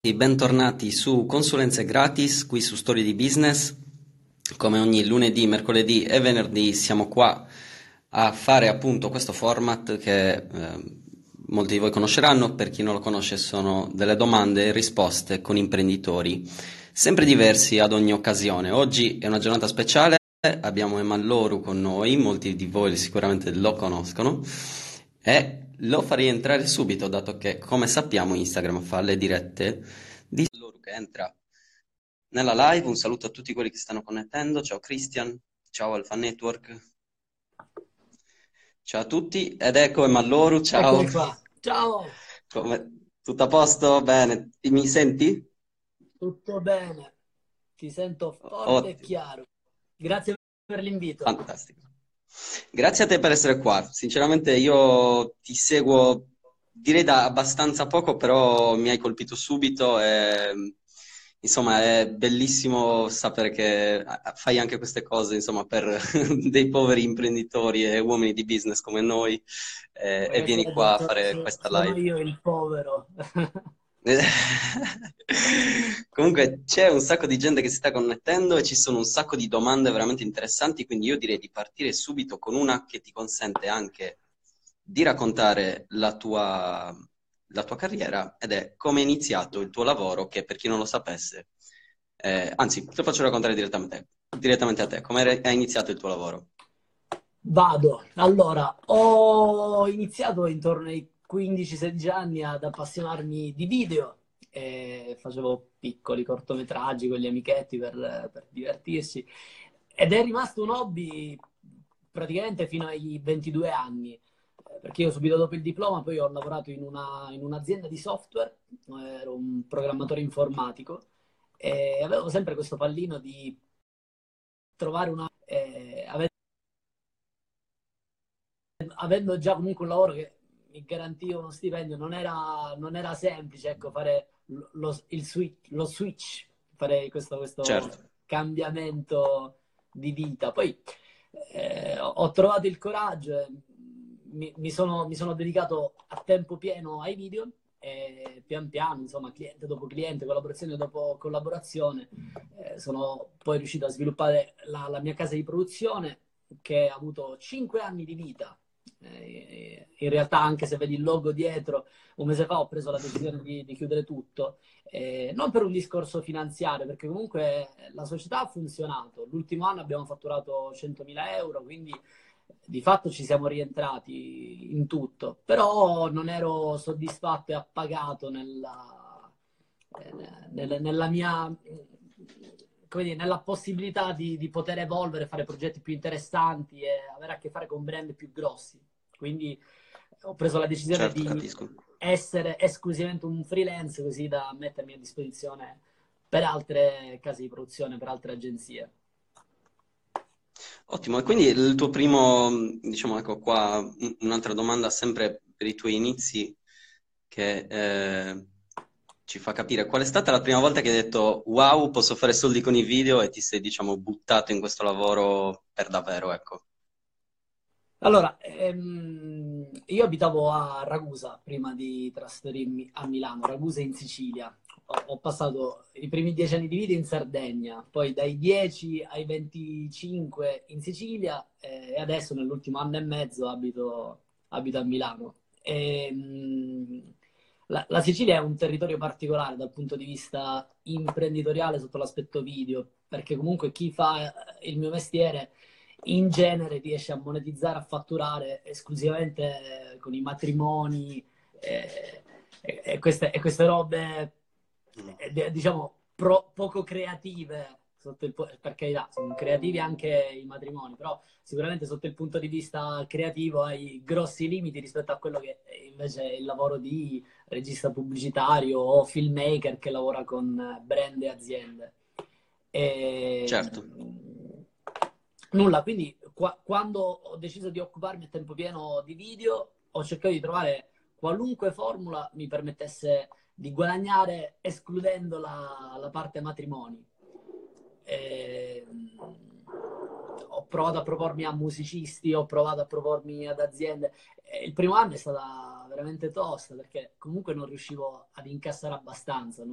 Bentornati su Consulenze Gratis, qui su Storie di Business. Come ogni lunedì, mercoledì e venerdì siamo qua a fare appunto questo format che molti di voi conosceranno. Per chi non lo conosce, sono delle domande e risposte con imprenditori sempre diversi ad ogni occasione. Oggi è una giornata speciale, abbiamo Eman Loru con noi, molti di voi sicuramente lo conoscono e lo farei entrare subito, dato che, come sappiamo, Instagram fa le dirette di Loru che entra nella live. Un saluto a tutti quelli che stanno connettendo. Ciao Christian, ciao Alpha Network, ciao a tutti ed ecco Eman Loru, ciao. Eccomi qua. Ciao, Tutto a posto? Bene, mi senti? tutto bene? Ti sento forte e Ottimo. chiaro. Grazie per l'invito. Fantastico. Grazie a te per essere qua. Sinceramente io ti seguo, direi da abbastanza poco, però mi hai colpito subito e insomma è bellissimo sapere che fai anche queste cose, insomma, per dei poveri imprenditori e uomini di business come noi, e Magari vieni stai qua a addirittura, fare questa sono live. io il povero. Comunque c'è un sacco di gente che si sta connettendo e ci sono un sacco di domande veramente interessanti, quindi io direi di partire subito con una che ti consente anche di raccontare la tua carriera, ed è come è iniziato il tuo lavoro, che per chi non lo sapesse, anzi, te lo faccio raccontare direttamente a te, come è iniziato il tuo lavoro? Vado. Allora, ho iniziato intorno ai 15-16 anni ad appassionarmi di video e facevo piccoli cortometraggi con gli amichetti per divertirsi ed è rimasto un hobby praticamente fino ai 22 anni, perché io subito dopo il diploma poi ho lavorato in un'azienda di software, ero un programmatore informatico e avevo sempre questo pallino di trovare avendo già comunque un lavoro che mi garantiva uno stipendio, non era semplice, ecco, fare lo switch, fare questo Certo, cambiamento di vita. Poi ho trovato il coraggio, mi sono dedicato a tempo pieno ai video e pian piano, insomma, cliente dopo cliente, collaborazione dopo collaborazione, sono poi riuscito a sviluppare la mia casa di produzione che ha avuto 5 anni di vita. In realtà, anche se vedi il logo dietro, un mese fa ho preso la decisione di chiudere tutto, non per un discorso finanziario, perché comunque la società ha funzionato. L'ultimo anno abbiamo fatturato 100.000 euro, quindi di fatto ci siamo rientrati in tutto, però non ero soddisfatto e appagato nella mia, come dire, nella possibilità di poter evolvere, fare progetti più interessanti e avere a che fare con brand più grossi. Quindi ho preso la decisione certo, di capisco. essere esclusivamente un freelance, così da mettermi a disposizione per altre case di produzione, per altre agenzie. Ottimo, e quindi il tuo primo, diciamo, ecco qua, un'altra domanda sempre per i tuoi inizi che ci fa capire qual è stata la prima volta che hai detto wow, posso fare soldi con i video, e ti sei, diciamo, buttato in questo lavoro per davvero, ecco. Allora, io abitavo a Ragusa prima di trasferirmi a Milano, Ragusa in Sicilia. Ho passato i primi 10 anni di vita in Sardegna, poi dai 10 ai 25 in Sicilia e adesso nell'ultimo anno e mezzo abito a Milano. La Sicilia è un territorio particolare dal punto di vista imprenditoriale sotto l'aspetto video, perché comunque chi fa il mio mestiere in genere riesce a monetizzare, a fatturare esclusivamente con i matrimoni e queste robe, Mm. diciamo, poco creative. Per carità, sono creativi anche i matrimoni, però sicuramente sotto il punto di vista creativo hai grossi limiti rispetto a quello che è invece è il lavoro di regista pubblicitario o filmmaker che lavora con brand e aziende. E, Certo, nulla, quindi quando ho deciso di occuparmi a tempo pieno di video, ho cercato di trovare qualunque formula mi permettesse di guadagnare escludendo la parte matrimoni. E, ho provato a propormi a musicisti, ho provato a propormi ad aziende. il primo anno è stata veramente tosta perché comunque non riuscivo ad incassare abbastanza,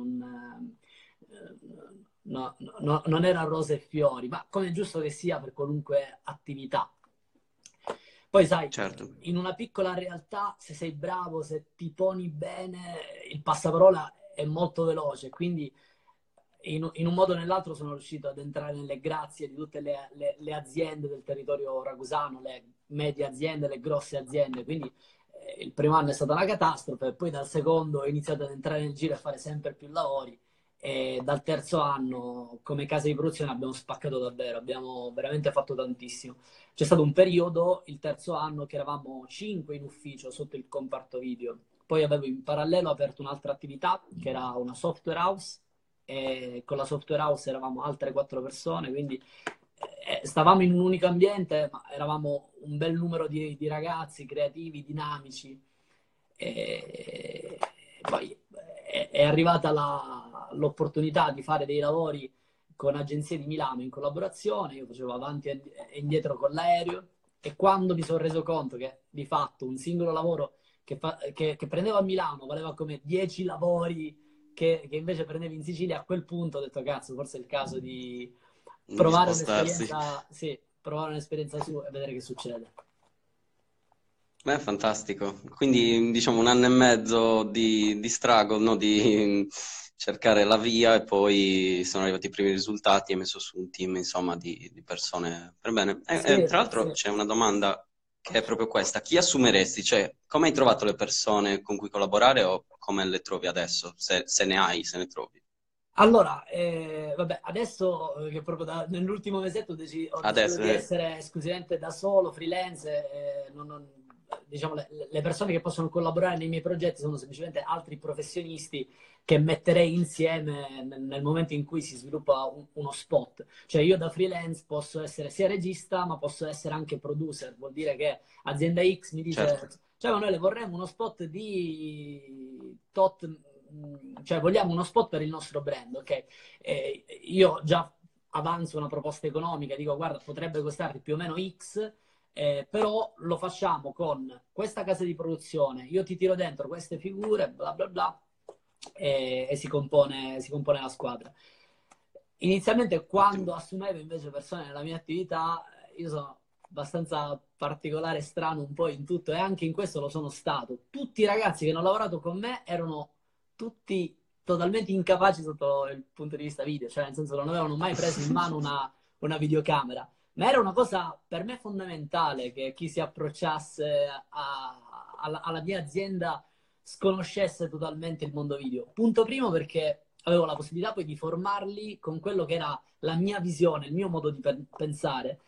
non era rose e fiori, ma come è giusto che sia per qualunque attività. Poi sai, certo. in una piccola realtà, se sei bravo, se ti poni bene, il passaparola è molto veloce, quindi in un modo o nell'altro sono riuscito ad entrare nelle grazie di tutte le aziende del territorio ragusano, le medie aziende, le grosse aziende, quindi il primo anno è stata una catastrofe, poi dal secondo ho iniziato ad entrare nel giro e fare sempre più lavori e dal terzo anno come casa di produzione abbiamo spaccato davvero, abbiamo veramente fatto tantissimo. C'è stato un periodo, il terzo anno, che eravamo 5 in ufficio sotto il comparto video, poi avevo in parallelo aperto un'altra attività che era una software house e con la software house eravamo altre 4 persone, quindi stavamo in un unico ambiente, ma eravamo un bel numero di ragazzi creativi, dinamici. E poi è arrivata l'opportunità di fare dei lavori con agenzie di Milano in collaborazione, io facevo avanti e indietro con l'aereo e quando mi sono reso conto che di fatto un singolo lavoro che prendevo a Milano valeva come 10 lavori che invece prendevi in Sicilia, a quel punto ho detto cazzo, forse è il caso di Di provare spostarsi. un'esperienza, sì, provare un'esperienza su e vedere che succede. Beh, fantastico. Quindi diciamo un anno e mezzo di struggle, no? Di cercare la via e poi sono arrivati i primi risultati e hai messo su un team, insomma, di persone per bene. Sì, Tra l'altro sì. c'è una domanda che è proprio questa. Chi assumeresti? Cioè, come hai trovato le persone con cui collaborare o come le trovi adesso? Se ne hai, se ne trovi. Allora, vabbè, adesso che proprio nell'ultimo mesetto ho deciso Adesso, di essere esclusivamente da solo, freelance, diciamo, le persone che possono collaborare nei miei progetti sono semplicemente altri professionisti che metterei insieme nel momento in cui si sviluppa uno spot. Cioè io da freelance posso essere sia regista, ma posso essere anche producer, vuol dire che azienda X mi certo, dice, cioè Emanuele, vorremmo uno spot di tot, cioè vogliamo uno spot per il nostro brand, ok? Io già avanzo una proposta economica, dico guarda, potrebbe costarti più o meno X, però lo facciamo con questa casa di produzione, io ti tiro dentro queste figure, bla bla bla, e si compone la squadra. Inizialmente, ottimo. quando assumevo invece persone nella mia attività, io sono abbastanza particolare e strano un po' in tutto e anche in questo lo sono stato. Tutti i ragazzi che hanno lavorato con me erano tutti totalmente incapaci sotto il punto di vista video, cioè nel senso non avevano mai preso in mano una videocamera. Ma era una cosa per me fondamentale che chi si approcciasse alla mia azienda sconoscesse totalmente il mondo video. Punto primo perché avevo la possibilità poi di formarli con quello che era la mia visione, il mio modo di pensare.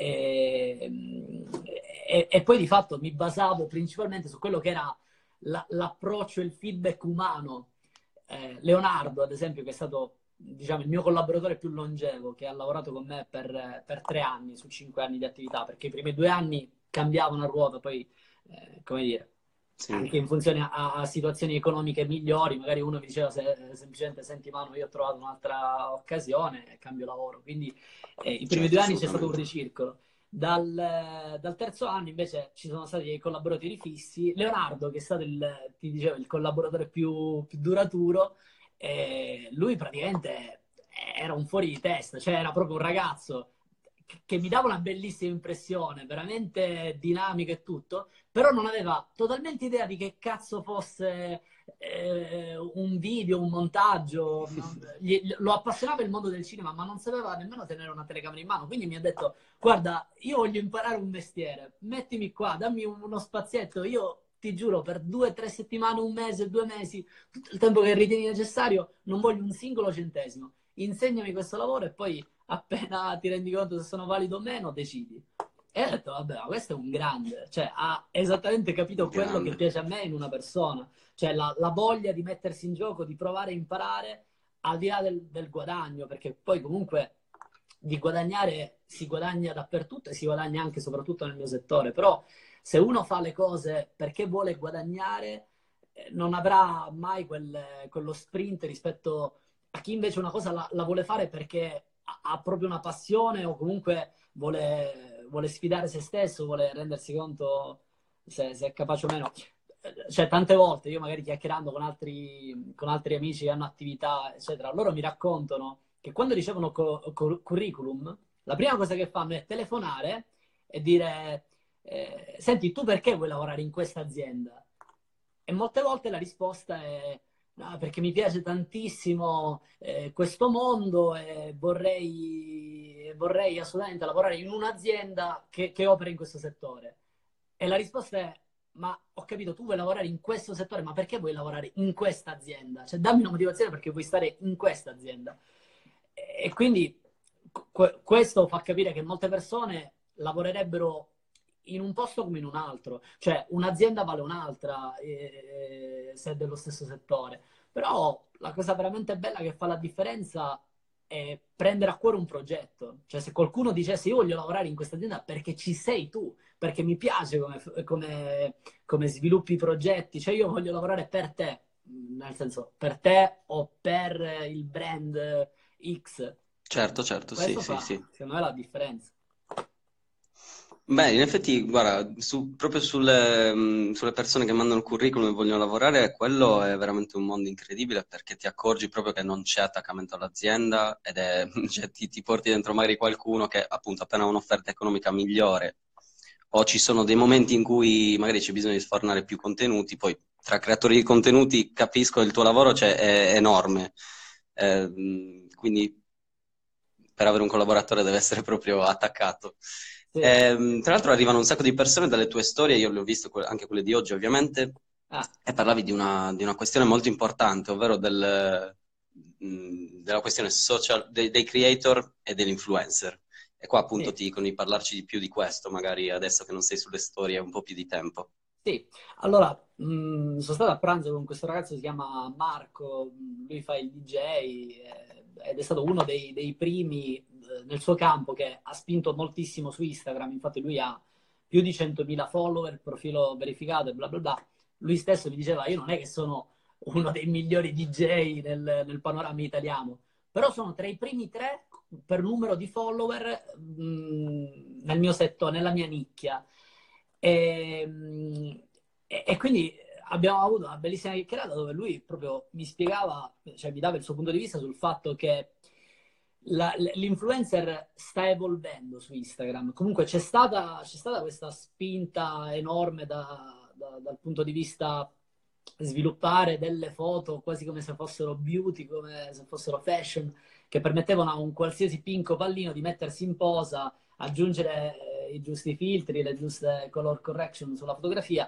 E poi di fatto mi basavo principalmente su quello che era l'approccio e il feedback umano. Leonardo, ad esempio, che è stato diciamo, il mio collaboratore più longevo, che ha lavorato con me per 3 anni su 5 anni di attività, perché i primi 2 anni cambiavano a ruota, poi, come dire, Sì, anche in funzione a situazioni economiche migliori, magari uno mi diceva semplicemente senti Manu, io ho trovato un'altra occasione e cambio lavoro. Quindi i primi due certo, anni c'è stato un assolutamente. ricircolo. Dal terzo anno invece ci sono stati dei collaboratori fissi. Leonardo, che è stato ti dicevo, il collaboratore più duraturo, lui praticamente era un fuori di testa, cioè era proprio un ragazzo che mi dava una bellissima impressione, veramente dinamico e tutto, però non aveva totalmente idea di che cazzo fosse un video, un montaggio. Lo appassionava il mondo del cinema, ma non sapeva nemmeno tenere una telecamera in mano. Quindi mi ha detto: guarda, io voglio imparare un mestiere, mettimi qua, dammi uno spazietto, io ti giuro, per 2 o 3 settimane, un mese, 2 mesi, tutto il tempo che ritieni necessario, non voglio un singolo centesimo. Insegnami questo lavoro e poi appena ti rendi conto se sono valido o meno, decidi. E ho detto, vabbè, ma questo è un grande, cioè ha esattamente capito quello che Grande. piace a me in una persona, cioè la voglia di mettersi in gioco, di provare a imparare al di là del guadagno, perché poi comunque di guadagnare si guadagna dappertutto e si guadagna anche e soprattutto nel mio settore, però se uno fa le cose perché vuole guadagnare, non avrà mai quello sprint rispetto a chi invece una cosa la vuole fare perché ha proprio una passione o comunque vuole sfidare se stesso, vuole rendersi conto se è capace o meno. Cioè, tante volte io magari chiacchierando con altri amici che hanno attività, eccetera, loro mi raccontano che quando ricevono curriculum, la prima cosa che fanno è telefonare e dire, senti, tu perché vuoi lavorare in questa azienda? E molte volte la risposta è, no, perché mi piace tantissimo questo mondo e vorrei assolutamente lavorare in un'azienda che opera in questo settore. E la risposta è, ma ho capito, tu vuoi lavorare in questo settore, ma perché vuoi lavorare in questa azienda? Cioè, dammi una motivazione perché vuoi stare in questa azienda. E quindi questo fa capire che molte persone lavorerebbero in un posto come in un altro. Cioè, un'azienda vale un'altra se è dello stesso settore. Però la cosa veramente bella che fa la differenza è prendere a cuore un progetto. Cioè, se qualcuno dicesse io voglio lavorare in questa azienda perché ci sei tu, perché mi piace come sviluppi i progetti, cioè io voglio lavorare per te, nel senso per te o per il brand X. Certo, certo, sì, Questo sì, fa, sì. secondo me, la differenza. Beh, in effetti, guarda, proprio sulle persone che mandano il curriculum e vogliono lavorare, quello è veramente un mondo incredibile perché ti accorgi proprio che non c'è attaccamento all'azienda ed è, cioè, ti porti dentro magari qualcuno che appunto appena ha un'offerta economica migliore o ci sono dei momenti in cui magari c'è bisogno di sfornare più contenuti, poi tra creatori di contenuti capisco che il tuo lavoro cioè, è enorme. Quindi per avere un collaboratore deve essere proprio attaccato. Sì. Tra l'altro arrivano un sacco di persone dalle tue storie, io le ho viste anche quelle di oggi ovviamente, Ah, e parlavi di una questione molto importante, ovvero della questione social, dei creator e dell'influencer. E qua appunto sì. ti dicono di parlarci di più di questo, magari adesso che non sei sulle storie un po' più di tempo. Sì, allora sono stato a pranzo con questo ragazzo che si chiama Marco, lui fa il DJ ed è stato uno dei primi nel suo campo che ha spinto moltissimo su Instagram, infatti lui ha più di 100.000 follower, profilo verificato e bla bla bla. Lui stesso mi diceva, io non è che sono uno dei migliori DJ nel panorama italiano, però sono tra i primi tre per numero di follower nel mio settore, nella mia nicchia. E, e quindi abbiamo avuto una bellissima chiacchierata dove lui proprio mi spiegava, cioè mi dava il suo punto di vista sul fatto che l'influencer sta evolvendo su Instagram. Comunque c'è stata questa spinta enorme dal punto di vista sviluppare delle foto quasi come se fossero beauty, come se fossero fashion, che permettevano a un qualsiasi pinco pallino di mettersi in posa, aggiungere i giusti filtri, le giuste color correction sulla fotografia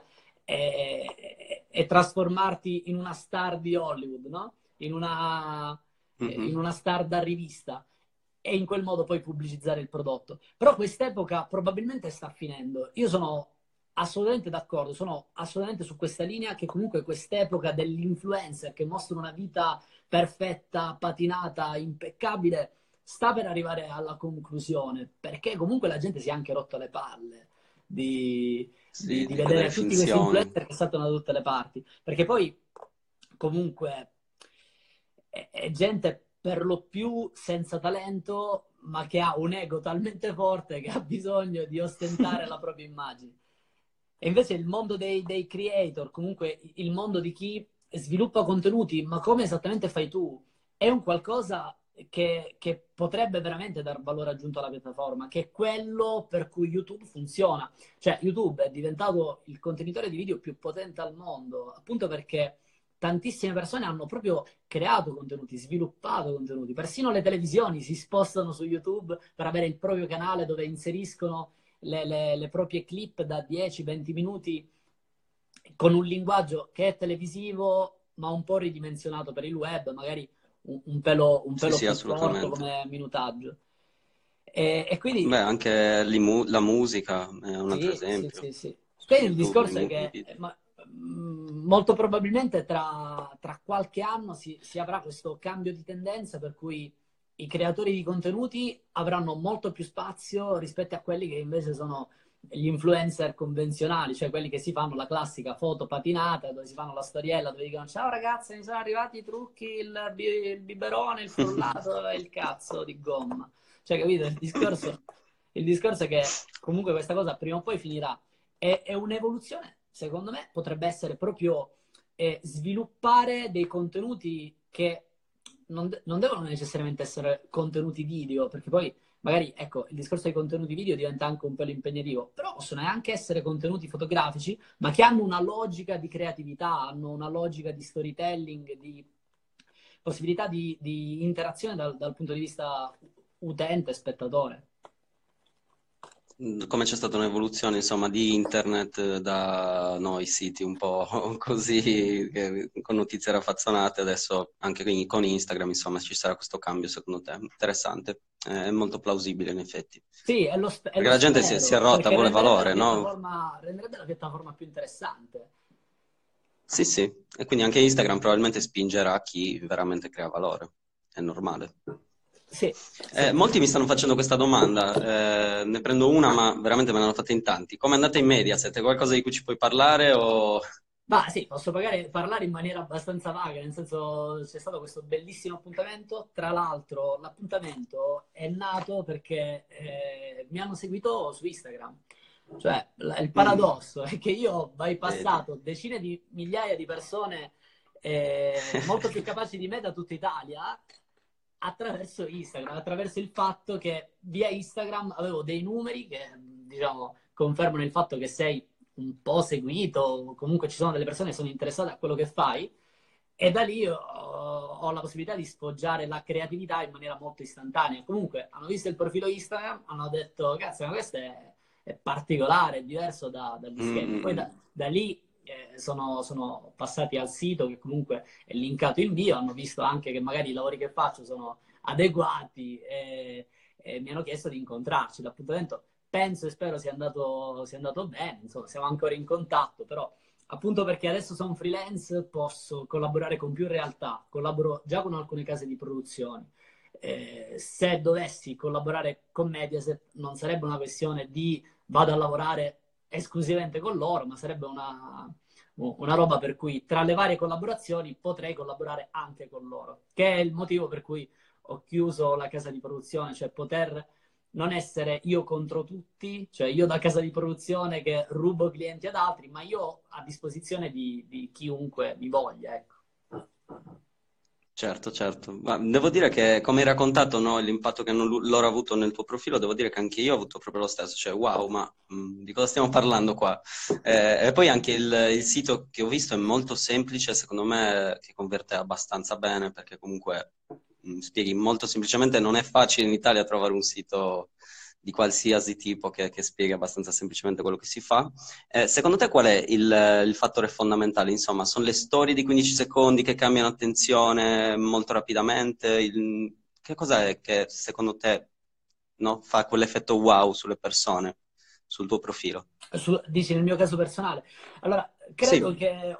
e trasformarti in una star di Hollywood, no? In una star da rivista e in quel modo poi pubblicizzare il prodotto. Però quest'epoca probabilmente sta finendo. Io sono assolutamente d'accordo, sono assolutamente su questa linea che comunque quest'epoca dell'influencer che mostra una vita perfetta, patinata, impeccabile, sta per arrivare alla conclusione, perché comunque la gente si è anche rotto le palle di, Sì, di di quelle vedere tutti questi finzioni. influencer che saltano da tutte le parti, perché poi comunque è gente per lo più senza talento, ma che ha un ego talmente forte che ha bisogno di ostentare la propria immagine. E invece il mondo dei creator, comunque il mondo di chi sviluppa contenuti, ma come esattamente fai tu, è un qualcosa che potrebbe veramente dar valore aggiunto alla piattaforma, che è quello per cui YouTube funziona. Cioè, YouTube è diventato il contenitore di video più potente al mondo, appunto perché tantissime persone hanno proprio creato contenuti, sviluppato contenuti. Persino le televisioni si spostano su YouTube per avere il proprio canale dove inseriscono le proprie clip da 10-20 minuti con un linguaggio che è televisivo, ma un po' ridimensionato per il web, magari un Sì, pelo sì, più corto assolutamente. come minutaggio. E quindi Beh, anche la musica è un altro sì, sì, esempio. sì, sì. Su Quindi il YouTube, discorso è i che video. molto probabilmente tra qualche anno si avrà questo cambio di tendenza per cui i creatori di contenuti avranno molto più spazio rispetto a quelli che invece sono gli influencer convenzionali, cioè quelli che si fanno la classica foto patinata, dove si fanno la storiella, dove dicono ciao ragazzi, mi sono arrivati i trucchi, il biberone, il frullato e il cazzo di gomma. Cioè, capito? Il discorso è che comunque questa cosa prima o poi finirà. è un'evoluzione, secondo me, potrebbe essere proprio sviluppare dei contenuti che non devono necessariamente essere contenuti video, perché poi magari, ecco, il discorso dei contenuti video diventa anche un pelo impegnativo, però possono anche essere contenuti fotografici, ma che hanno una logica di creatività, hanno una logica di storytelling, di possibilità di interazione dal punto di vista utente-spettatore. Come c'è stata un'evoluzione, insomma, di internet da noi siti un po' così, con notizie raffazzonate, adesso anche con Instagram, insomma, ci sarà questo cambio, secondo te? Interessante, è molto plausibile in effetti. Sì, e Perché lo la gente si è spero, rotta, perché vuole valore, no? renderebbe la piattaforma più interessante. Sì, sì, e quindi anche Instagram probabilmente spingerà chi veramente crea valore, è normale. Sì, sì. Molti mi stanno facendo questa domanda, ne prendo una, ma veramente me ne hanno fatte in tanti. Come è andata in Mediaset? È qualcosa di cui ci puoi parlare o... Ma sì, posso parlare in maniera abbastanza vaga, nel senso c'è stato questo bellissimo appuntamento. Tra l'altro, l'appuntamento è nato perché mi hanno seguito su Instagram. Cioè, il Mm, paradosso è che io ho vedi. bypassato decine di migliaia di persone molto più capaci di me da tutta Italia attraverso Instagram, attraverso il fatto che via Instagram avevo dei numeri che, diciamo, confermano il fatto che sei un po' seguito, comunque ci sono delle persone che sono interessate a quello che fai, e da lì ho la possibilità di sfoggiare la creatività in maniera molto istantanea. Comunque hanno visto il profilo Instagram, hanno detto, cazzo, ma questo è particolare, è diverso dagli Mm, schemi. mm, Poi mm. da lì sono passati al sito che comunque è linkato in bio, hanno visto anche che magari i lavori che faccio sono adeguati e mi hanno chiesto di incontrarci. L'appuntamento penso e spero sia andato bene, insomma siamo ancora in contatto, però appunto perché adesso sono freelance posso collaborare con più realtà, collaboro già con alcune case di produzione. Se dovessi collaborare con Mediaset non sarebbe una questione di vado a lavorare esclusivamente con loro, ma sarebbe una roba per cui tra le varie collaborazioni potrei collaborare anche con loro, che è il motivo per cui ho chiuso la casa di produzione, cioè poter non essere io contro tutti, cioè io da casa di produzione che rubo clienti ad altri, ma io a disposizione di chiunque mi voglia, ecco. Certo, certo. Ma devo dire che, come hai raccontato, no, l'impatto che hanno loro avuto nel tuo profilo, devo dire che anche io ho avuto proprio lo stesso, cioè wow, ma di cosa stiamo parlando qua? E poi anche il sito che ho visto è molto semplice, secondo me, che converte abbastanza bene, perché comunque spieghi molto semplicemente, non è facile in Italia trovare un sito di qualsiasi tipo che spieghi abbastanza semplicemente quello che si fa. Secondo te qual è il fattore fondamentale? Insomma, sono le storie di 15 secondi che cambiano attenzione molto rapidamente? Che cosa è che secondo te, no, fa quell'effetto wow sulle persone, sul tuo profilo? Dici nel mio caso personale. Allora, credo Sì, che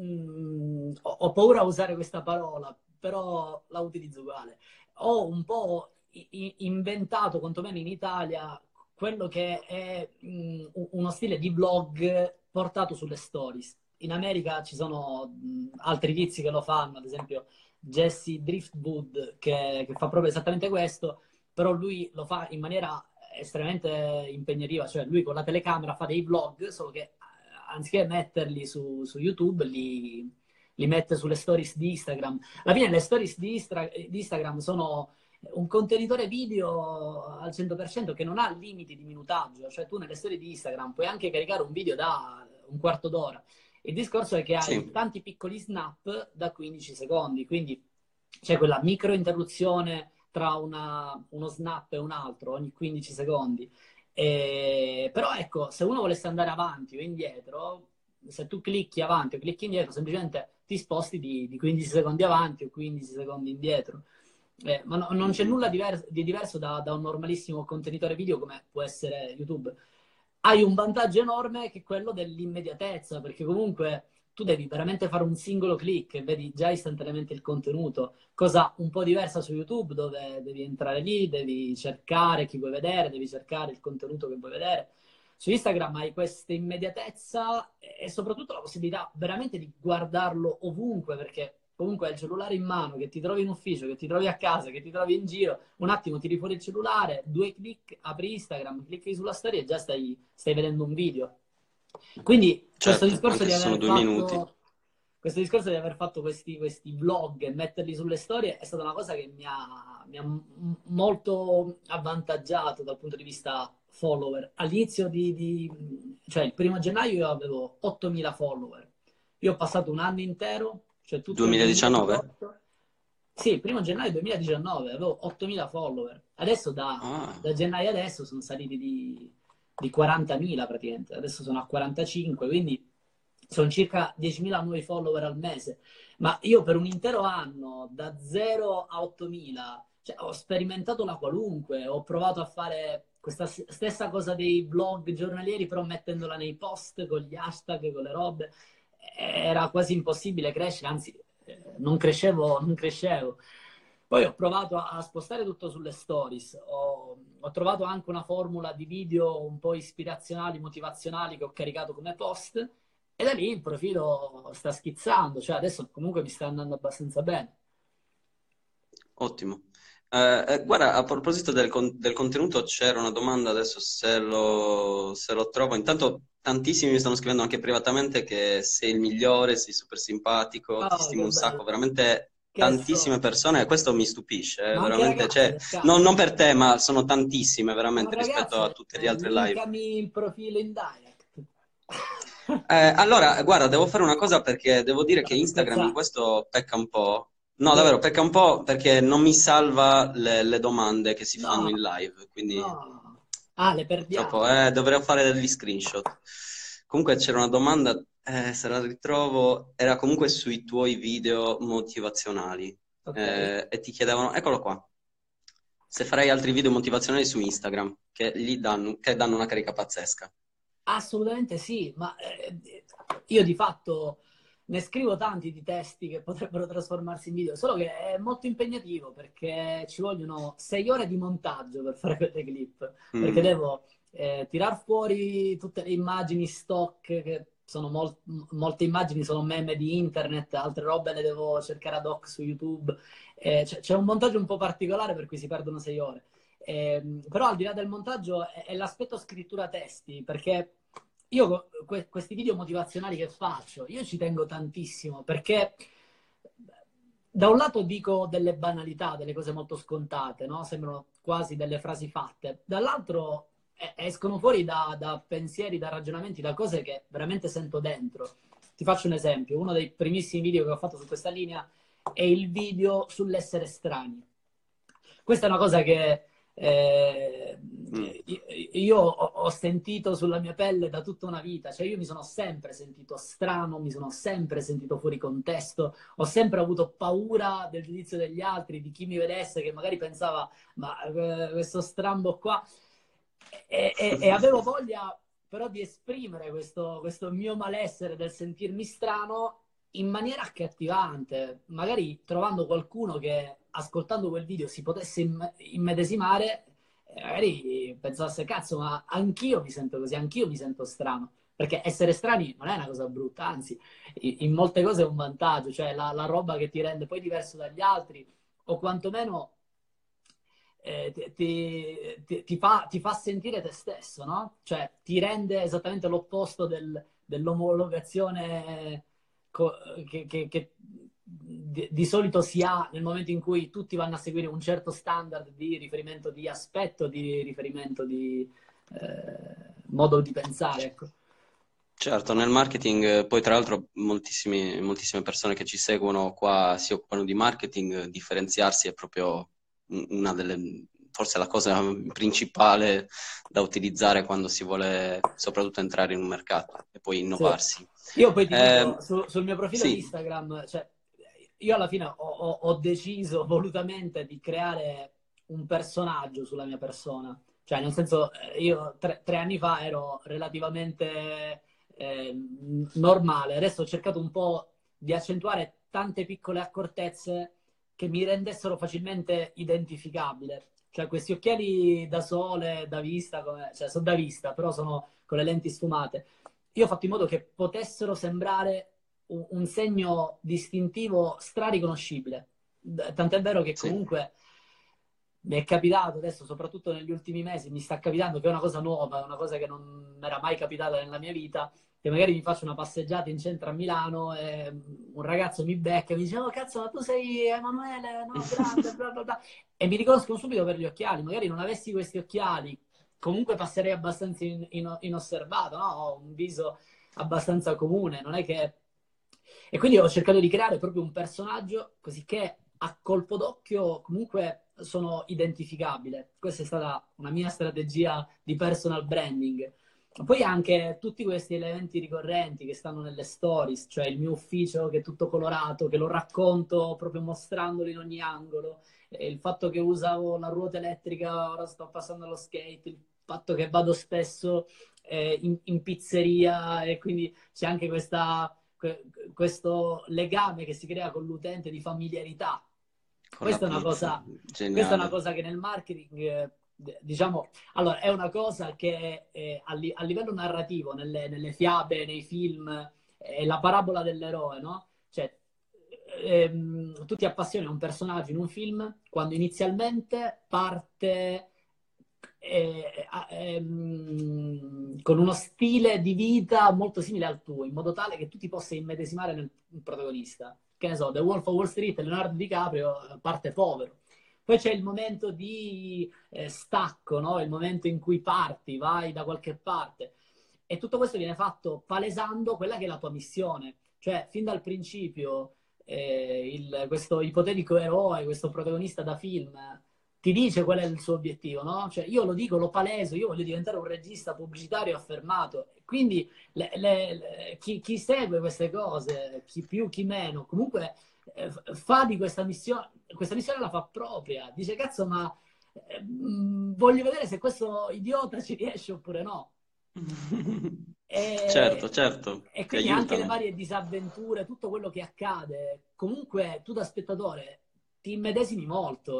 ho paura a usare questa parola, però la utilizzo uguale. Ho un po' inventato, quantomeno in Italia, quello che è uno stile di vlog portato sulle stories. In America ci sono altri tizi che lo fanno, ad esempio Jesse Driftwood, che fa proprio esattamente questo, però lui lo fa in maniera estremamente impegnativa, cioè lui con la telecamera fa dei vlog, solo che anziché metterli su YouTube li mette sulle stories di Instagram. Alla fine le stories di Instagram sono un contenitore video al 100% che non ha limiti di minutaggio, cioè tu nelle storie di Instagram puoi anche caricare un video da un quarto d'ora. Il discorso è che hai sì, tanti piccoli snap da 15 secondi, quindi c'è quella micro interruzione tra uno snap e un altro ogni 15 secondi. Però ecco, se uno volesse andare avanti o indietro, se tu clicchi avanti o clicchi indietro, semplicemente ti sposti di 15 secondi avanti o 15 secondi indietro. Ma non c'è nulla mm. di diverso da un normalissimo contenitore video come può essere YouTube. Hai un vantaggio enorme che è quello dell'immediatezza, perché comunque tu devi veramente fare un singolo click e vedi già istantaneamente il contenuto, cosa un po' diversa su YouTube dove devi entrare lì, devi cercare chi vuoi vedere, devi cercare il contenuto che vuoi vedere. Su Instagram hai questa immediatezza e soprattutto la possibilità veramente di guardarlo ovunque, perché comunque hai il cellulare in mano, che ti trovi in ufficio, che ti trovi a casa, che ti trovi in giro, un attimo tiri fuori il cellulare, due clic, apri Instagram, clicchi sulla storia e già stai vedendo un video. Quindi questo Certo, discorso anche di se sono aver 2 minuti. fatto, questo discorso di aver fatto questi vlog e metterli sulle storie è stata una cosa che mi ha molto avvantaggiato dal punto di vista follower. All'inizio cioè il 1° gennaio io avevo 8.000 follower. Io ho passato un anno intero, cioè tutto il 2019? 2018. Sì, il 1° gennaio 2019 avevo 8.000 follower. Adesso Ah, da gennaio adesso sono saliti di 40.000 praticamente. Adesso sono a 45, quindi sono circa 10.000 nuovi follower al mese. Ma io per un intero anno, da 0 a 8.000, cioè, ho sperimentato la qualunque, ho provato a fare questa stessa cosa dei vlog giornalieri, però mettendola nei post con gli hashtag, con le robe. Era quasi impossibile crescere, anzi, non crescevo. Poi ho provato a spostare tutto sulle stories, ho trovato anche una formula di video un po' ispirazionali, motivazionali che ho caricato come post e da lì il profilo sta schizzando, cioè adesso comunque mi sta andando abbastanza bene. ottimo. Guarda, a proposito del contenuto, c'era una domanda adesso se lo trovo. Intanto tantissimi mi stanno scrivendo anche privatamente che sei il migliore, sei super simpatico, ti Oh, stimo che un sacco, bello, veramente che tantissime so. persone e questo mi stupisce, Ma anche veramente, ragazze cioè, per non caso? per te, ma sono tantissime veramente rispetto a Ragazze, tutte le altre live. linkami il profilo in direct. Allora, guarda, devo fare una cosa perché devo dire che Stai Instagram in scherzando? questo pecca un po'. No, davvero, Vero? pecca un po' perché non mi salva le domande che si fanno No, in live, quindi no. Ah, le purtroppo perdiamo. dovrei fare degli screenshot. Comunque c'era una domanda, se la ritrovo, era comunque sui tuoi video motivazionali Ok. e ti chiedevano, eccolo qua, se farai altri video motivazionali su Instagram che danno una carica pazzesca. Assolutamente sì, ma io di fatto ne scrivo tanti di testi che potrebbero trasformarsi in video, solo che è molto impegnativo perché ci vogliono 6 ore di montaggio per fare quelle clip, perché Mm, devo tirar fuori tutte le immagini stock, che sono molte immagini sono meme di internet, altre robe le devo cercare ad hoc su YouTube. C'è un montaggio un po' particolare per cui si perdono 6 ore. Però al di là del montaggio è l'aspetto scrittura testi, perché io questi video motivazionali che faccio, io ci tengo tantissimo, perché da un lato dico delle banalità, delle cose molto scontate, no? Sembrano quasi delle frasi fatte, dall'altro escono fuori da pensieri, da ragionamenti, da cose che veramente sento dentro. Ti faccio un esempio, uno dei primissimi video che ho fatto su questa linea è il video sull'essere strani. Questa è una cosa che eh, mm. io ho sentito sulla mia pelle da tutta una vita, cioè io mi sono sempre sentito strano, mi sono sempre sentito fuori contesto, ho sempre avuto paura del giudizio degli altri, di chi mi vedesse, che magari pensava, ma questo strambo qua, e avevo voglia però di esprimere questo mio malessere del sentirmi strano in maniera accattivante, magari trovando qualcuno che ascoltando quel video si potesse immedesimare, magari pensasse, cazzo, ma anch'io mi sento così, anch'io mi sento strano. Perché essere strani non è una cosa brutta, anzi, in molte cose è un vantaggio, cioè la roba che ti rende poi diverso dagli altri, o quantomeno ti fa sentire te stesso, no? Cioè ti rende esattamente l'opposto dell'omologazione che di solito si ha nel momento in cui tutti vanno a seguire un certo standard di riferimento di aspetto, di riferimento di modo di pensare, ecco. Certo, nel marketing, poi tra l'altro moltissime persone che ci seguono qua si occupano di marketing, differenziarsi è proprio una delle, forse la cosa principale da utilizzare quando si vuole soprattutto entrare in un mercato e poi Sì. innovarsi. Io poi ti dico, Eh, sul mio profilo sì, Instagram, cioè, io alla fine ho deciso volutamente di creare un personaggio sulla mia persona. Cioè, nel senso, io 3 anni fa ero relativamente normale, adesso ho cercato un po' di accentuare tante piccole accortezze che mi rendessero facilmente identificabile. Cioè, questi occhiali da sole, da vista, cioè sono da vista, però sono con le lenti sfumate. Io ho fatto in modo che potessero sembrare un segno distintivo strariconoscibile. Tant'è vero che sì. comunque Mi è capitato adesso, soprattutto negli ultimi mesi, mi sta capitando che è una cosa nuova, è una cosa che non mi era mai capitata nella mia vita, che magari mi faccio una passeggiata in centro a Milano e un ragazzo mi becca e mi dice: "Oh cazzo, ma tu sei Emanuele, no, grande, bla bla bla", e mi riconoscono subito per gli occhiali. Magari non avessi questi occhiali, comunque passerei abbastanza inosservato, no? Ho un viso abbastanza comune, non è che... E quindi ho cercato di creare proprio un personaggio così che a colpo d'occhio comunque sono identificabile. Questa è stata una mia strategia di personal branding. Poi anche tutti questi elementi ricorrenti che stanno nelle stories, cioè il mio ufficio che è tutto colorato, che lo racconto proprio mostrandolo in ogni angolo, il fatto che usavo la ruota elettrica, ora sto passando allo skate, il fatto che vado spesso in pizzeria e quindi c'è anche questo legame che si crea con l'utente di familiarità. Con la Questa è una pizza, cosa, questa è una geniale. cosa che nel marketing, diciamo, allora è una cosa che a livello narrativo, nelle fiabe, nei film, è la parabola dell'eroe, no? Cioè, tu ti appassioni a un personaggio in un film quando inizialmente parte con uno stile di vita molto simile al tuo, in modo tale che tu ti possa immedesimare nel protagonista. Che ne so, The Wolf of Wall Street, Leonardo DiCaprio parte povero. Poi c'è il momento di stacco, no? Il momento in cui parti, vai da qualche parte. E tutto questo viene fatto palesando quella che è la tua missione. Cioè, fin dal principio, questo ipotetico eroe, questo protagonista da film, ti dice qual è il suo obiettivo, no? Cioè, io lo dico, lo paleso, io voglio diventare un regista pubblicitario affermato. Quindi chi segue queste cose, chi più, chi meno, comunque fa di questa missione la fa propria. Dice, cazzo, ma voglio vedere se questo idiota ci riesce oppure no. Certo, E, certo, e ti quindi anche le aiutano. varie disavventure, tutto quello che accade, comunque tu da spettatore ti immedesimi molto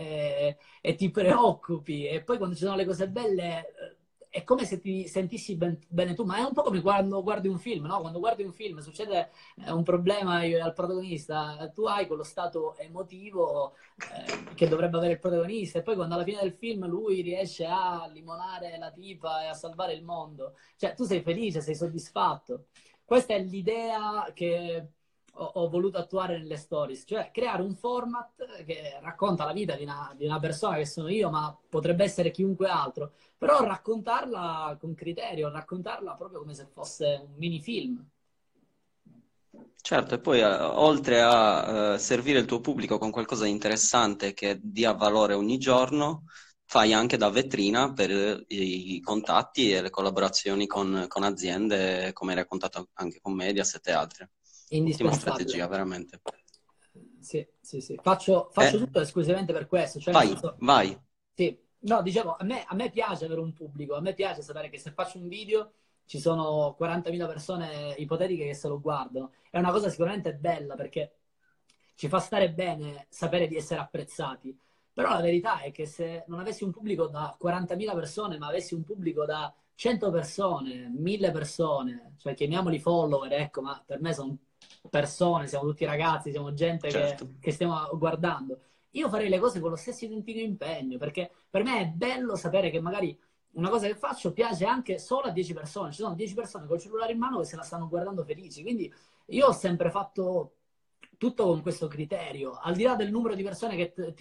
e ti preoccupi. E poi quando ci sono le cose belle, è come se ti sentissi bene tu, ma è un po' come quando guardi un film, no? Quando guardi un film succede un problema al protagonista, tu hai quello stato emotivo che dovrebbe avere il protagonista, e poi quando alla fine del film lui riesce a limonare la tipa e a salvare il mondo, cioè tu sei felice, sei soddisfatto. Questa è l'idea che ho voluto attuare nelle stories, cioè creare un format che racconta la vita di una persona che sono io, ma potrebbe essere chiunque altro, però raccontarla con criterio, raccontarla proprio come se fosse un mini film. Certo, e poi oltre a servire il tuo pubblico con qualcosa di interessante che dia valore ogni giorno, fai anche da vetrina per i contatti e le collaborazioni con aziende, come hai raccontato anche con Mediaset e altre. Ottima Indispensabile. strategia, veramente. Sì, sì, sì. Faccio E tutto esclusivamente per questo, cioè nel vai, senso, vai. sì, no, dicevo, a me piace avere un pubblico, a me piace sapere che se faccio un video ci sono 40.000 persone ipotetiche che se lo guardano. È una cosa sicuramente bella perché ci fa stare bene sapere di essere apprezzati. Però la verità è che se non avessi un pubblico da 40.000 persone, ma avessi un pubblico da 100 persone, 1000 persone, cioè chiamiamoli follower, ecco, ma per me sono persone, siamo tutti ragazzi, siamo gente Certo. che stiamo guardando. Io farei le cose con lo stesso identico impegno, perché per me è bello sapere che magari una cosa che faccio piace anche solo a 10 persone. Ci sono 10 persone col cellulare in mano che se la stanno guardando felici. Quindi io ho sempre fatto tutto con questo criterio. Al di là del numero di persone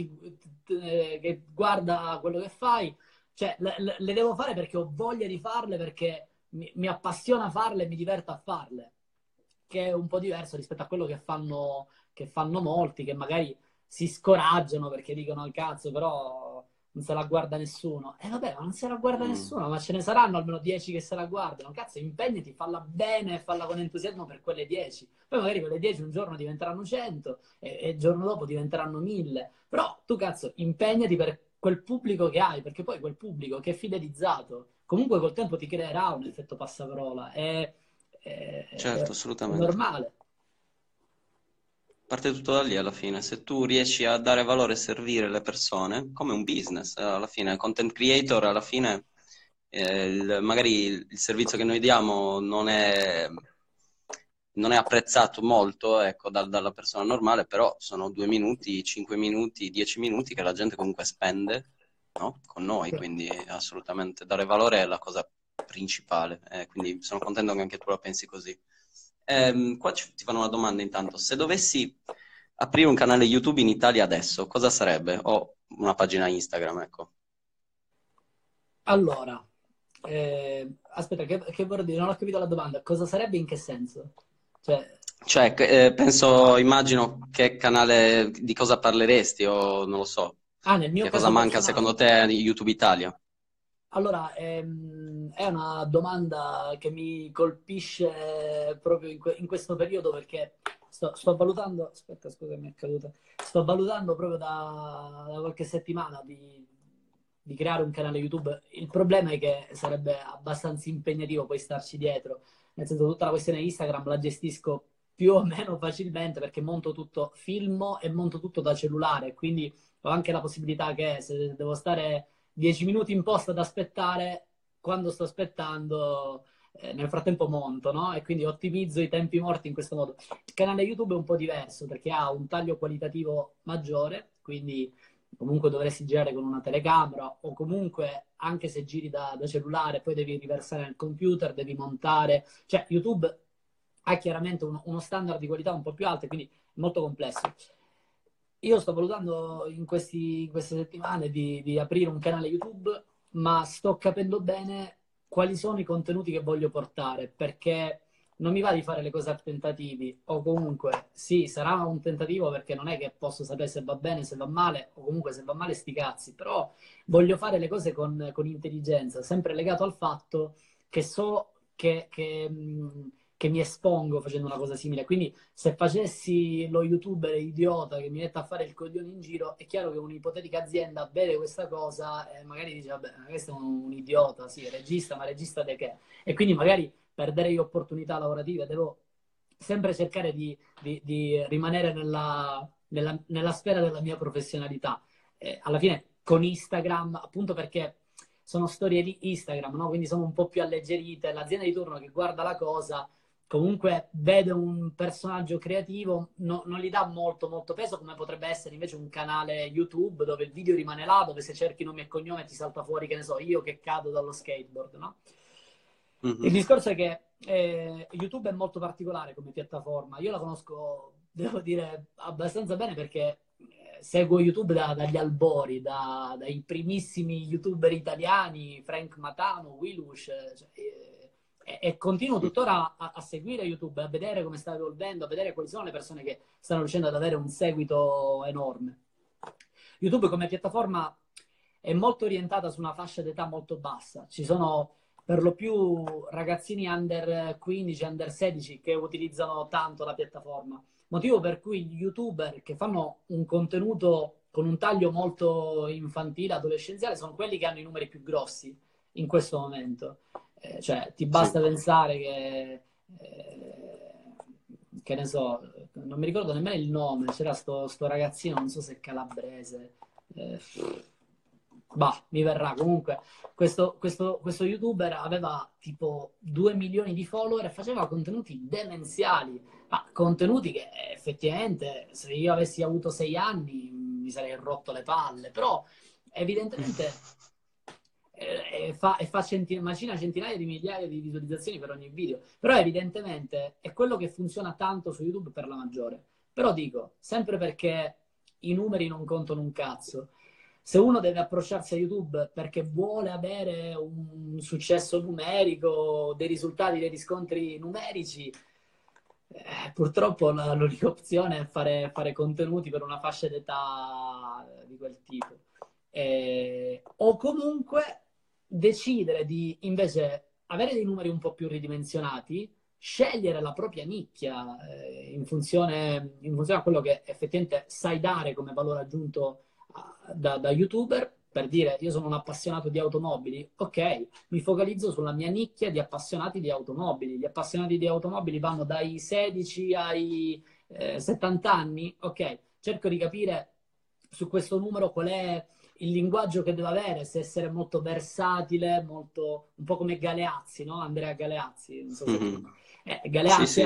che guarda quello che fai, cioè le devo fare perché ho voglia di farle, perché mi appassiona farle e mi diverto a farle, che è un po' diverso rispetto a quello che fanno molti, che magari si scoraggiano perché dicono al cazzo, però non se la guarda nessuno. E vabbè, ma non se la guarda Mm. nessuno, ma ce ne saranno almeno 10 che se la guardano. Cazzo, impegnati, falla bene, falla con entusiasmo per quelle 10. Poi magari quelle 10 un giorno diventeranno 100 e il giorno dopo diventeranno 1000. Però tu, cazzo, impegnati per quel pubblico che hai, perché poi quel pubblico che è fidelizzato, comunque col tempo ti creerà un effetto passaparola. È Certo, assolutamente. normale. Parte tutto da lì alla fine. Se tu riesci a dare valore e servire le persone, come un business, alla fine, content creator, alla fine, magari il servizio che noi diamo non è non è apprezzato molto, ecco, dalla persona normale, però sono 2 minuti, 5 minuti, 10 minuti che la gente comunque spende, no? Con noi, quindi assolutamente dare valore è la cosa principale, quindi sono contento che anche tu la pensi così. Qua ti fanno una domanda intanto, se dovessi aprire un canale YouTube in Italia adesso, cosa sarebbe? O una pagina Instagram, ecco. Allora, aspetta, che vorrei dire? Non ho capito la domanda. Cosa sarebbe, in che senso? Cioè, Cioè, penso, immagino che canale, di cosa parleresti o non lo so, nel mio che cosa caso manca secondo personale. te di YouTube Italia? Allora, è una domanda che mi colpisce proprio in questo periodo perché sto valutando, aspetta, scusa, mi è caduta, sto valutando proprio da qualche settimana di creare un canale YouTube. Il problema è che sarebbe abbastanza impegnativo poi starci dietro, nel senso tutta la questione Instagram la gestisco più o meno facilmente perché monto tutto, filmo e monto tutto da cellulare, quindi ho anche la possibilità che se devo stare 10 minuti in posta ad aspettare, quando sto aspettando, nel frattempo monto, no? E quindi ottimizzo i tempi morti in questo modo. Il canale YouTube è un po' diverso perché ha un taglio qualitativo maggiore, quindi comunque dovresti girare con una telecamera o comunque anche se giri da cellulare poi devi riversare nel computer, devi montare, cioè YouTube ha chiaramente uno standard di qualità un po' più alto, quindi è molto complesso. Io sto valutando in queste settimane di aprire un canale YouTube, ma sto capendo bene quali sono i contenuti che voglio portare, perché non mi va di fare le cose a tentativi, o comunque sì, sarà un tentativo perché non è che posso sapere se va bene, se va male, o comunque se va male sti cazzi, però voglio fare le cose con intelligenza, sempre legato al fatto che so che mi espongo facendo una cosa simile. Quindi se facessi lo youtuber idiota che mi mette a fare il coglione in giro, è chiaro che un'ipotetica azienda vede questa cosa e magari dice, vabbè, questo è un idiota, sì, è regista, ma regista di che? E quindi magari perderei opportunità lavorative, devo sempre cercare di rimanere nella sfera della mia professionalità. Alla fine con Instagram, appunto perché sono storie di Instagram, no? Quindi sono un po' più alleggerite, l'azienda di turno che guarda la cosa comunque vede un personaggio creativo, non gli dà molto molto peso come potrebbe essere invece un canale YouTube dove il video rimane là, dove se cerchi nome e cognome ti salta fuori, che ne so, io che cado dallo skateboard, no? Il Mhm. discorso è che YouTube è molto particolare come piattaforma, io la conosco, devo dire, abbastanza bene perché seguo YouTube dagli albori, dai primissimi YouTuber italiani, Frank Matano, Wilush, cioè, e continuo tuttora a seguire YouTube, a vedere come sta evolvendo, a vedere quali sono le persone che stanno riuscendo ad avere un seguito enorme. YouTube come piattaforma è molto orientata su una fascia d'età molto bassa. Ci sono per lo più ragazzini under 15, under 16 che utilizzano tanto la piattaforma. Motivo per cui gli YouTuber che fanno un contenuto con un taglio molto infantile, adolescenziale, sono quelli che hanno i numeri più grossi in questo momento. Cioè, ti Sì. basta pensare che ne so, non mi ricordo nemmeno il nome, c'era sto ragazzino, non so se è calabrese, eh, bah, mi verrà. Comunque, questo YouTuber aveva tipo 2 milioni di follower e faceva contenuti demenziali, ma contenuti che effettivamente se io avessi avuto 6 anni mi sarei rotto le palle, però evidentemente macina centinaia di migliaia di visualizzazioni per ogni video, però evidentemente è quello che funziona tanto su YouTube per la maggiore. Però dico, sempre perché i numeri non contano un cazzo. Se uno deve approcciarsi a YouTube perché vuole avere un successo numerico, dei risultati, dei riscontri numerici, purtroppo l'unica opzione è fare contenuti per una fascia d'età di quel tipo. O comunque decidere di invece avere dei numeri un po' più ridimensionati, scegliere la propria nicchia in funzione a quello che effettivamente sai dare come valore aggiunto da YouTuber, per dire io sono un appassionato di automobili, ok, mi focalizzo sulla mia nicchia di appassionati di automobili. Gli appassionati di automobili vanno dai 16 ai 70 anni, ok, cerco di capire su questo numero qual è il linguaggio che deve avere, se essere molto versatile, molto, un po' come Galeazzi, no? Andrea Galeazzi, non so se... Mhm. Sì, Galeazzi sì.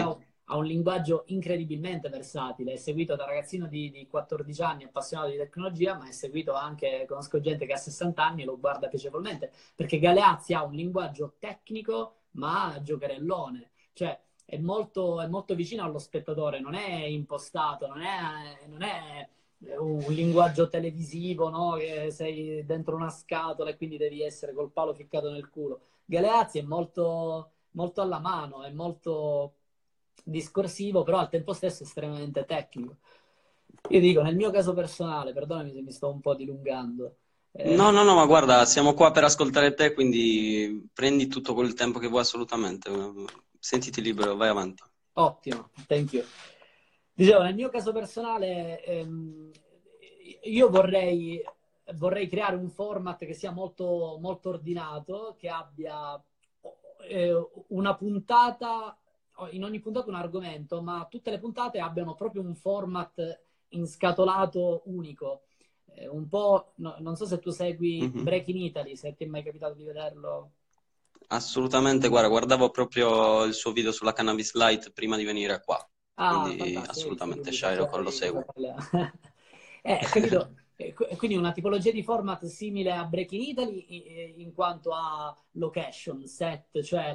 ha un linguaggio incredibilmente versatile, è seguito da ragazzino di 14 anni appassionato di tecnologia, ma è seguito anche, conosco gente che ha 60 anni e lo guarda piacevolmente, perché Galeazzi ha un linguaggio tecnico, ma giocherellone, cioè è molto vicino allo spettatore, non è impostato, non è un linguaggio televisivo, no? Che sei dentro una scatola e quindi devi essere col palo ficcato nel culo. Galeazzi è molto, molto alla mano, è molto discorsivo, però al tempo stesso estremamente tecnico. Io dico, nel mio caso personale, perdonami se mi sto un po' dilungando. No, no, no, ma guarda, siamo qua per ascoltare te, quindi prendi tutto quel tempo che vuoi assolutamente. Sentiti libero, vai avanti. Ottimo, thank you. Dicevo, nel mio caso personale, io vorrei creare un format che sia molto, molto ordinato, che abbia una puntata, in ogni puntata un argomento, ma tutte le puntate abbiano proprio un format inscatolato unico. Un po', non so se tu segui Mhm. Break in Italy, se ti è mai capitato di vederlo. Assolutamente, guarda, guardavo proprio il suo video sulla Cannabis Light prima di venire qua, Ah, quindi fantastico, hai visto assolutamente, subito, già Shyrock lo di cosa seguo. parliamo. Capito? Quindi una tipologia di format simile a Break in Italy in quanto a location, set, cioè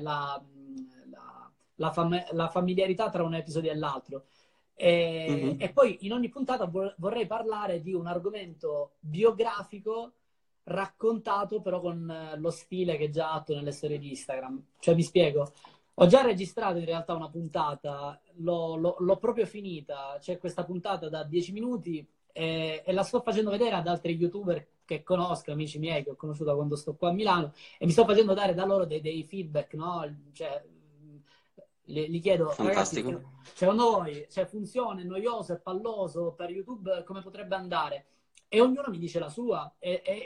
la familiarità tra un episodio e l'altro. E Mhm. poi in ogni puntata vorrei parlare di un argomento biografico raccontato però con lo stile che già atto nelle storie di Instagram. Cioè, mi spiego. Ho già registrato in realtà una puntata, l'ho proprio finita. C'è questa puntata da 10 minuti e la sto facendo vedere ad altri YouTuber che conosco, amici miei che ho conosciuto da quando sto qua a Milano, e mi sto facendo dare da loro dei feedback, no? Cioè, gli chiedo, ragazzi, Fantastico. secondo voi, cioè, funziona, è noioso, è palloso, per YouTube come potrebbe andare? E ognuno mi dice la sua.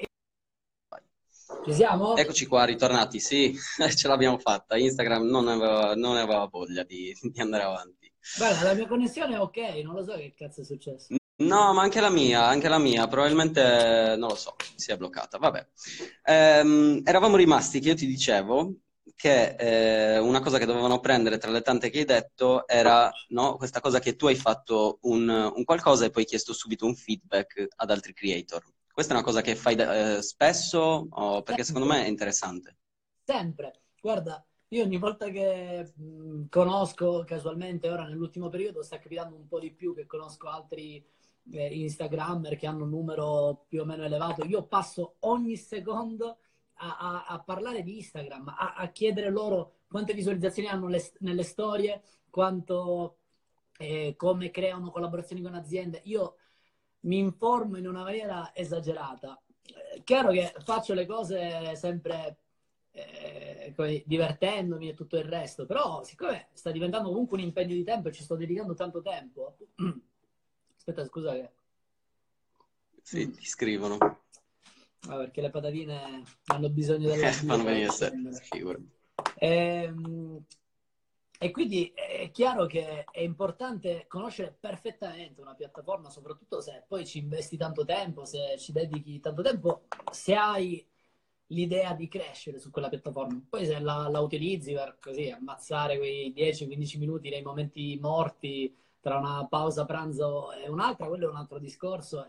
Ci siamo? Eccoci qua, ritornati, sì, ce l'abbiamo fatta. Instagram non ne aveva voglia di andare avanti. Guarda, la mia connessione è ok, non lo so che cazzo è successo. No, ma anche la mia, probabilmente, non lo so, si è bloccata. Vabbè. Eravamo rimasti che io ti dicevo che una cosa che dovevano prendere tra le tante che hai detto era, no, questa cosa che tu hai fatto un qualcosa e poi hai chiesto subito un feedback ad altri creator. Questa è una cosa che fai spesso, perché secondo Sempre. me è interessante. Sempre. Guarda, io ogni volta che conosco casualmente, ora nell'ultimo periodo sta capitando un po' di più che conosco altri Instagrammer che hanno un numero più o meno elevato, io passo ogni secondo a parlare di Instagram, a chiedere loro quante visualizzazioni hanno nelle storie, quanto, come creano collaborazioni con aziende. Io mi informo in una maniera esagerata. Chiaro che faccio le cose sempre divertendomi e tutto il resto, però siccome sta diventando comunque un impegno di tempo e ci sto dedicando tanto tempo, aspetta, scusa che... Sì, ti scrivono. Perché le patatine hanno bisogno dell'avvio Fanno per venire sé, accendere. figurati. Ehm, E quindi è chiaro che è importante conoscere perfettamente una piattaforma, soprattutto se poi ci investi tanto tempo, se ci dedichi tanto tempo, se hai l'idea di crescere su quella piattaforma. Poi se la utilizzi per così ammazzare quei 10-15 minuti nei momenti morti tra una pausa pranzo e un'altra, quello è un altro discorso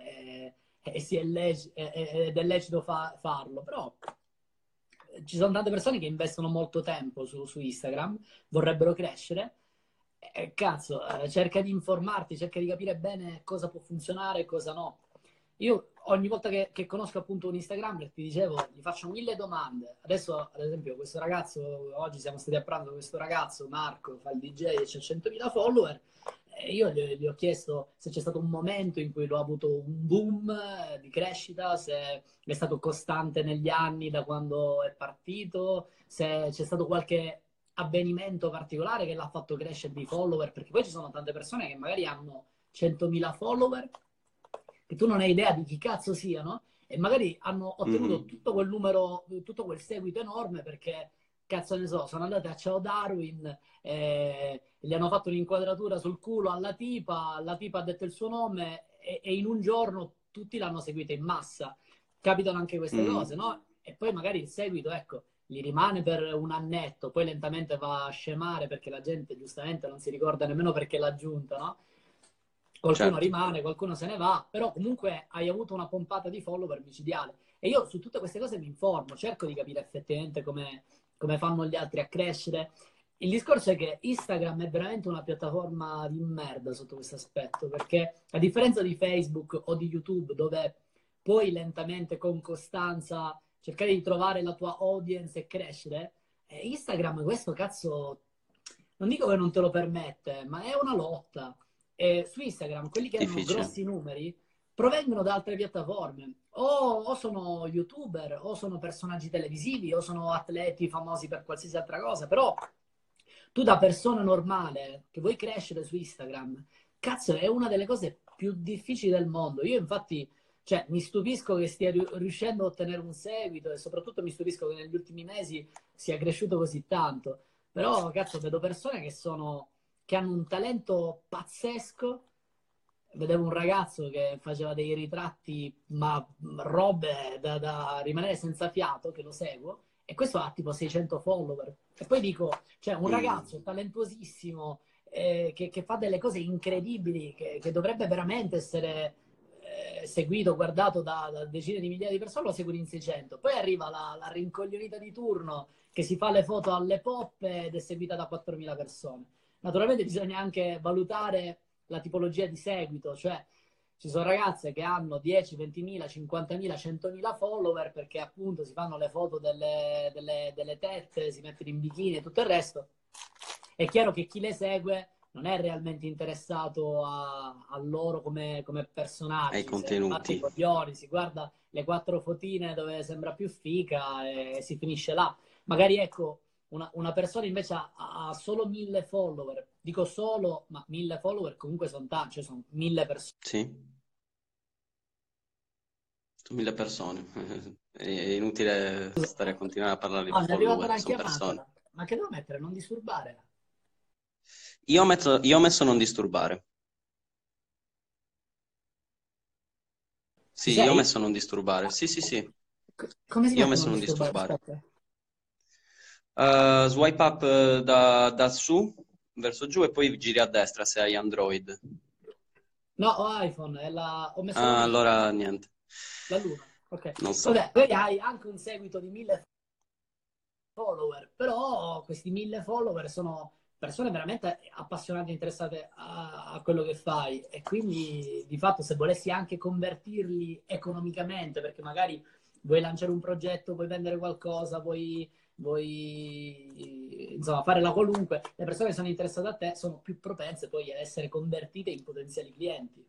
ed è lecito farlo. Però ci sono tante persone che investono molto tempo su Instagram, vorrebbero crescere. E cazzo, cerca di informarti, cerca di capire bene cosa può funzionare e cosa no. Io ogni volta che conosco appunto un Instagrammer, ti dicevo, gli faccio mille domande. Adesso, ad esempio, questo ragazzo, oggi siamo stati a pranzo, questo ragazzo, Marco, fa il DJ e c'ha 100.000 follower. E io gli ho chiesto se c'è stato un momento in cui lui ha avuto un boom di crescita, se è stato costante negli anni da quando è partito, se c'è stato qualche avvenimento particolare che l'ha fatto crescere di follower, perché poi ci sono tante persone che magari hanno 100.000 follower, che tu non hai idea di chi cazzo siano, e magari hanno ottenuto Mhm. tutto quel numero, tutto quel seguito enorme perché, cazzo ne so, sono andati a Ciao Darwin, gli hanno fatto un'inquadratura sul culo alla tipa, la tipa ha detto il suo nome e in un giorno tutti l'hanno seguita in massa. Capitano anche queste cose, Mm. no? E poi magari il seguito, ecco, li rimane per un annetto, poi lentamente va a scemare perché la gente giustamente non si ricorda nemmeno perché l'ha aggiunta, no? Qualcuno certo, rimane, qualcuno se ne va, però comunque hai avuto una pompata di follower micidiale. E io su tutte queste cose mi informo, cerco di capire effettivamente come fanno gli altri a crescere. Il discorso è che Instagram è veramente una piattaforma di merda sotto questo aspetto, perché a differenza di Facebook o di YouTube, dove puoi lentamente, con costanza, cercare di trovare la tua audience e crescere, Instagram questo cazzo, non dico che non te lo permette, ma è una lotta. E su Instagram quelli che hanno difficile. grossi numeri provengono da altre piattaforme, o sono youtuber, o sono personaggi televisivi, o sono atleti famosi per qualsiasi altra cosa, però tu da persona normale che vuoi crescere su Instagram, cazzo, è una delle cose più difficili del mondo. Io infatti, cioè, mi stupisco che stia riuscendo a ottenere un seguito e soprattutto mi stupisco che negli ultimi mesi sia cresciuto così tanto. Però, cazzo, vedo persone che hanno un talento pazzesco. Vedevo un ragazzo che faceva dei ritratti, ma robe da rimanere senza fiato, che lo seguo, e questo ha tipo 600 follower. E poi dico, cioè, un Mm. ragazzo talentuosissimo, che fa delle cose incredibili, che dovrebbe veramente essere seguito, guardato da decine di migliaia di persone, lo seguono in 600. Poi arriva la rincoglionita di turno che si fa le foto alle poppe ed è seguita da 4.000 persone. Naturalmente bisogna anche valutare la tipologia di seguito, cioè ci sono ragazze che hanno 10, 20.000, 50.000, 100.000 follower perché appunto si fanno le foto delle tette, si mettono in bikini e tutto il resto. È chiaro che chi le segue non è realmente interessato a loro come Ai personaggi, se ne batte i contenuti. coglioni, si guarda le quattro fotine dove sembra più fica e si finisce là. Magari ecco, una persona invece ha solo 1.000 follower, dico solo, ma 1.000 follower comunque sono tanti, cioè sono 1.000 persone. Sì, su 1000 persone. È inutile stare a continuare a parlare di Ah, mi è arrivata follower, una sono persone. chiamata, ma che devo mettere? Non disturbare. Io ho messo non disturbare. Ci Sì, io ho sei? messo non disturbare. Sì, sì, sì. Come si Io ho mette a messo non non disturbare? disturbare. Aspetta. Swipe up da su verso giù e poi giri a destra se hai Android. No, ho iPhone, ho messo la luna. Allora niente, La luna, ok. non so. Vabbè, poi hai anche un seguito di 1.000 follower, però questi 1.000 follower sono persone veramente appassionate e interessate a quello che fai e quindi di fatto se volessi anche convertirli economicamente, perché magari vuoi lanciare un progetto, vuoi vendere qualcosa, vuoi insomma fare la qualunque, le persone che sono interessate a te sono più propense poi a essere convertite in potenziali clienti.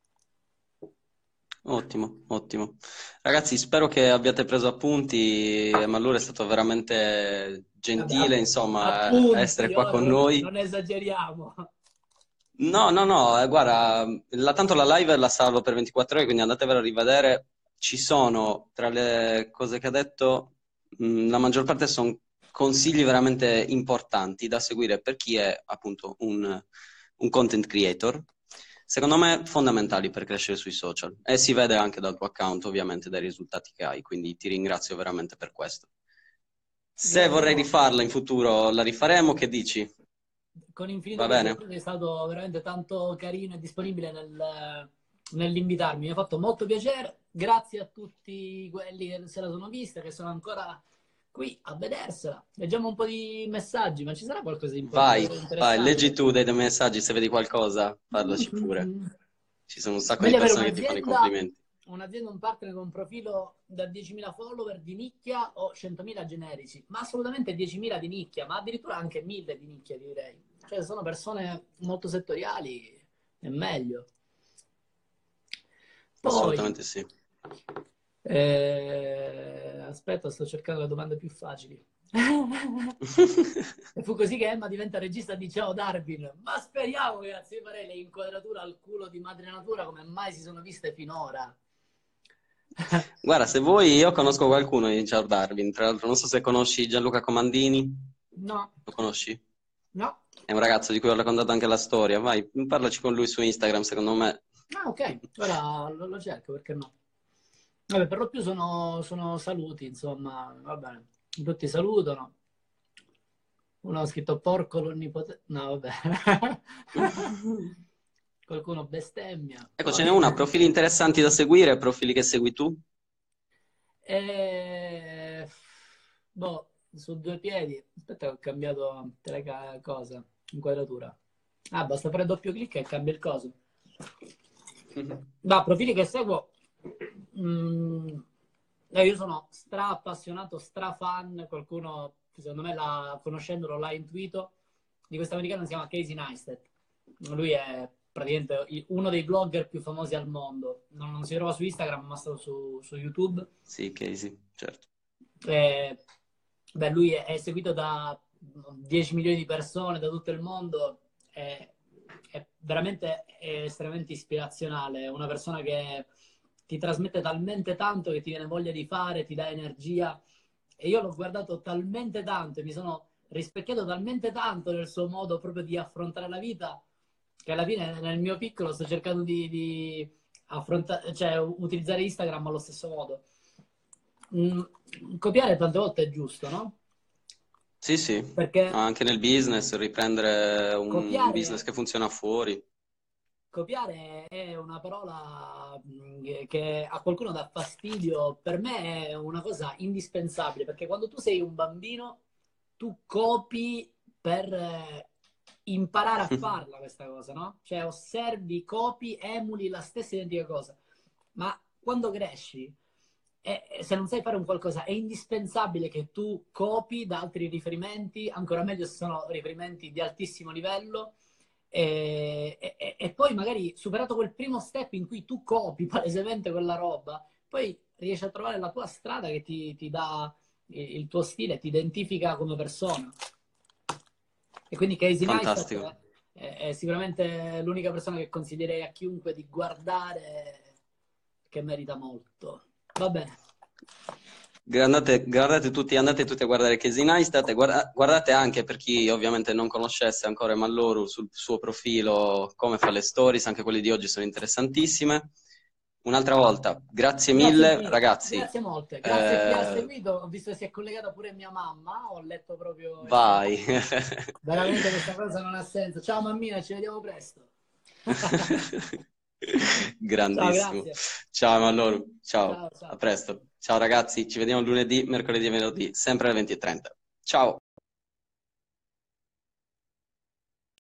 Ottimo, ottimo. Ragazzi, spero che abbiate preso appunti. Emanuele è stato veramente Vabbè, gentile, insomma, a essere appunti, qua oh, con noi. non esageriamo. No, no, no, guarda, tanto la live la salvo per 24 ore, quindi andatevela a rivedere. Ci sono, tra le cose che ha detto, la maggior parte sono consigli veramente importanti da seguire per chi è appunto un content creator. Secondo me fondamentali per crescere sui social e si vede anche dal tuo account, ovviamente, dai risultati che hai, quindi ti ringrazio veramente per questo. Se Grazie a vorrei voi. rifarla in futuro, la rifaremo, che dici? Con infinito Va piacere, bene? tu sei stato veramente tanto carino e disponibile nell'invitarmi. Mi ha fatto molto piacere. Grazie a tutti quelli che se la sono vista, che sono ancora qui a vedersela. Leggiamo un po' di messaggi, ma ci sarà qualcosa di Vai, vai, leggi interessante? tu dei messaggi, se vedi qualcosa, parlaci pure. Ci sono un sacco di Meglio avere persone che ti fanno i complimenti. un'azienda, un partner con un profilo da 10.000 follower di nicchia o 100.000 generici, ma assolutamente 10.000 di nicchia, ma addirittura anche 1.000 di nicchia, direi. Cioè, sono persone molto settoriali, è meglio. Poi, Assolutamente sì. aspetta, sto cercando le domande più facili. E fu così che Emma diventa regista di Ciao Darwin. Ma speriamo, ragazzi, io farei le inquadrature al culo di Madre Natura come mai si sono viste finora. Guarda, se vuoi, io conosco qualcuno di Charles Darwin, tra l'altro non so se conosci Gianluca Comandini, No, lo conosci? no. È un ragazzo di cui ho raccontato anche la storia, vai, parlaci con lui su Instagram, secondo me. Ah, ok, ora lo cerco, perché no? Vabbè, per lo più sono saluti, insomma, va bene. tutti salutano. Uno ha scritto porco l'onnipotente. No, vabbè. Qualcuno bestemmia. Ecco, ce n'è Poi... una, profili interessanti da seguire, profili che segui tu? Eh, boh, su due piedi. Aspetta, che ho cambiato cosa? Inquadratura. Ah, basta fare doppio clic e cambia il coso. Ma profili che seguo. mm, io sono stra appassionato, stra fan. Qualcuno, secondo me, conoscendolo, l'ha intuito. Di questo americano si chiama Casey Neistat. Lui è praticamente uno dei blogger più famosi al mondo. Non si trova su Instagram, ma sta su YouTube. Sì, Casey, certo. Beh, lui è seguito da 10 milioni di persone da tutto il mondo. È veramente estremamente ispirazionale. È una persona che ti trasmette talmente tanto che ti viene voglia di fare, ti dà energia. E io l'ho guardato talmente tanto e mi sono rispecchiato talmente tanto nel suo modo proprio di affrontare la vita che alla fine nel mio piccolo sto cercando di affrontare, cioè utilizzare Instagram allo stesso modo. Copiare tante volte è giusto, no? Sì, sì, Perché anche nel business, riprendere un business copiare, che funziona fuori. copiare è una parola che a qualcuno dà fastidio, per me è una cosa indispensabile, perché quando tu sei un bambino, tu copi per imparare a farla questa cosa, no? Cioè osservi, copi, emuli la stessa identica cosa. Ma quando cresci, se non sai fare un qualcosa, è indispensabile che tu copi da altri riferimenti, ancora meglio se sono riferimenti di altissimo livello, e poi magari superato quel primo step in cui tu copi palesemente quella roba, poi riesci a trovare la tua strada che ti dà il tuo stile, ti identifica come persona. E quindi Casey Neistat Fantastico. è sicuramente l'unica persona che consiglierei a chiunque di guardare, che merita molto. Va bene. Andate tutti a guardare Casey Neistat e guardate anche per chi ovviamente non conoscesse ancora Malloru sul suo profilo come fa le stories, anche quelle di oggi sono interessantissime. Un'altra volta, grazie Grazie mille infinite, ragazzi. grazie molte. Grazie a chi ha Eh, seguito. Ho visto che si è collegata pure mia mamma. Ho letto proprio il suo vai. nome. Veramente questa cosa non ha senso. Ciao mammina, ci vediamo presto. Ciao, Grandissimo. grazie. Ciao Malloru, ciao, Ciao, a ciao. presto. Ciao ragazzi, ci vediamo lunedì, mercoledì e venerdì, sempre alle 20:30. Ciao.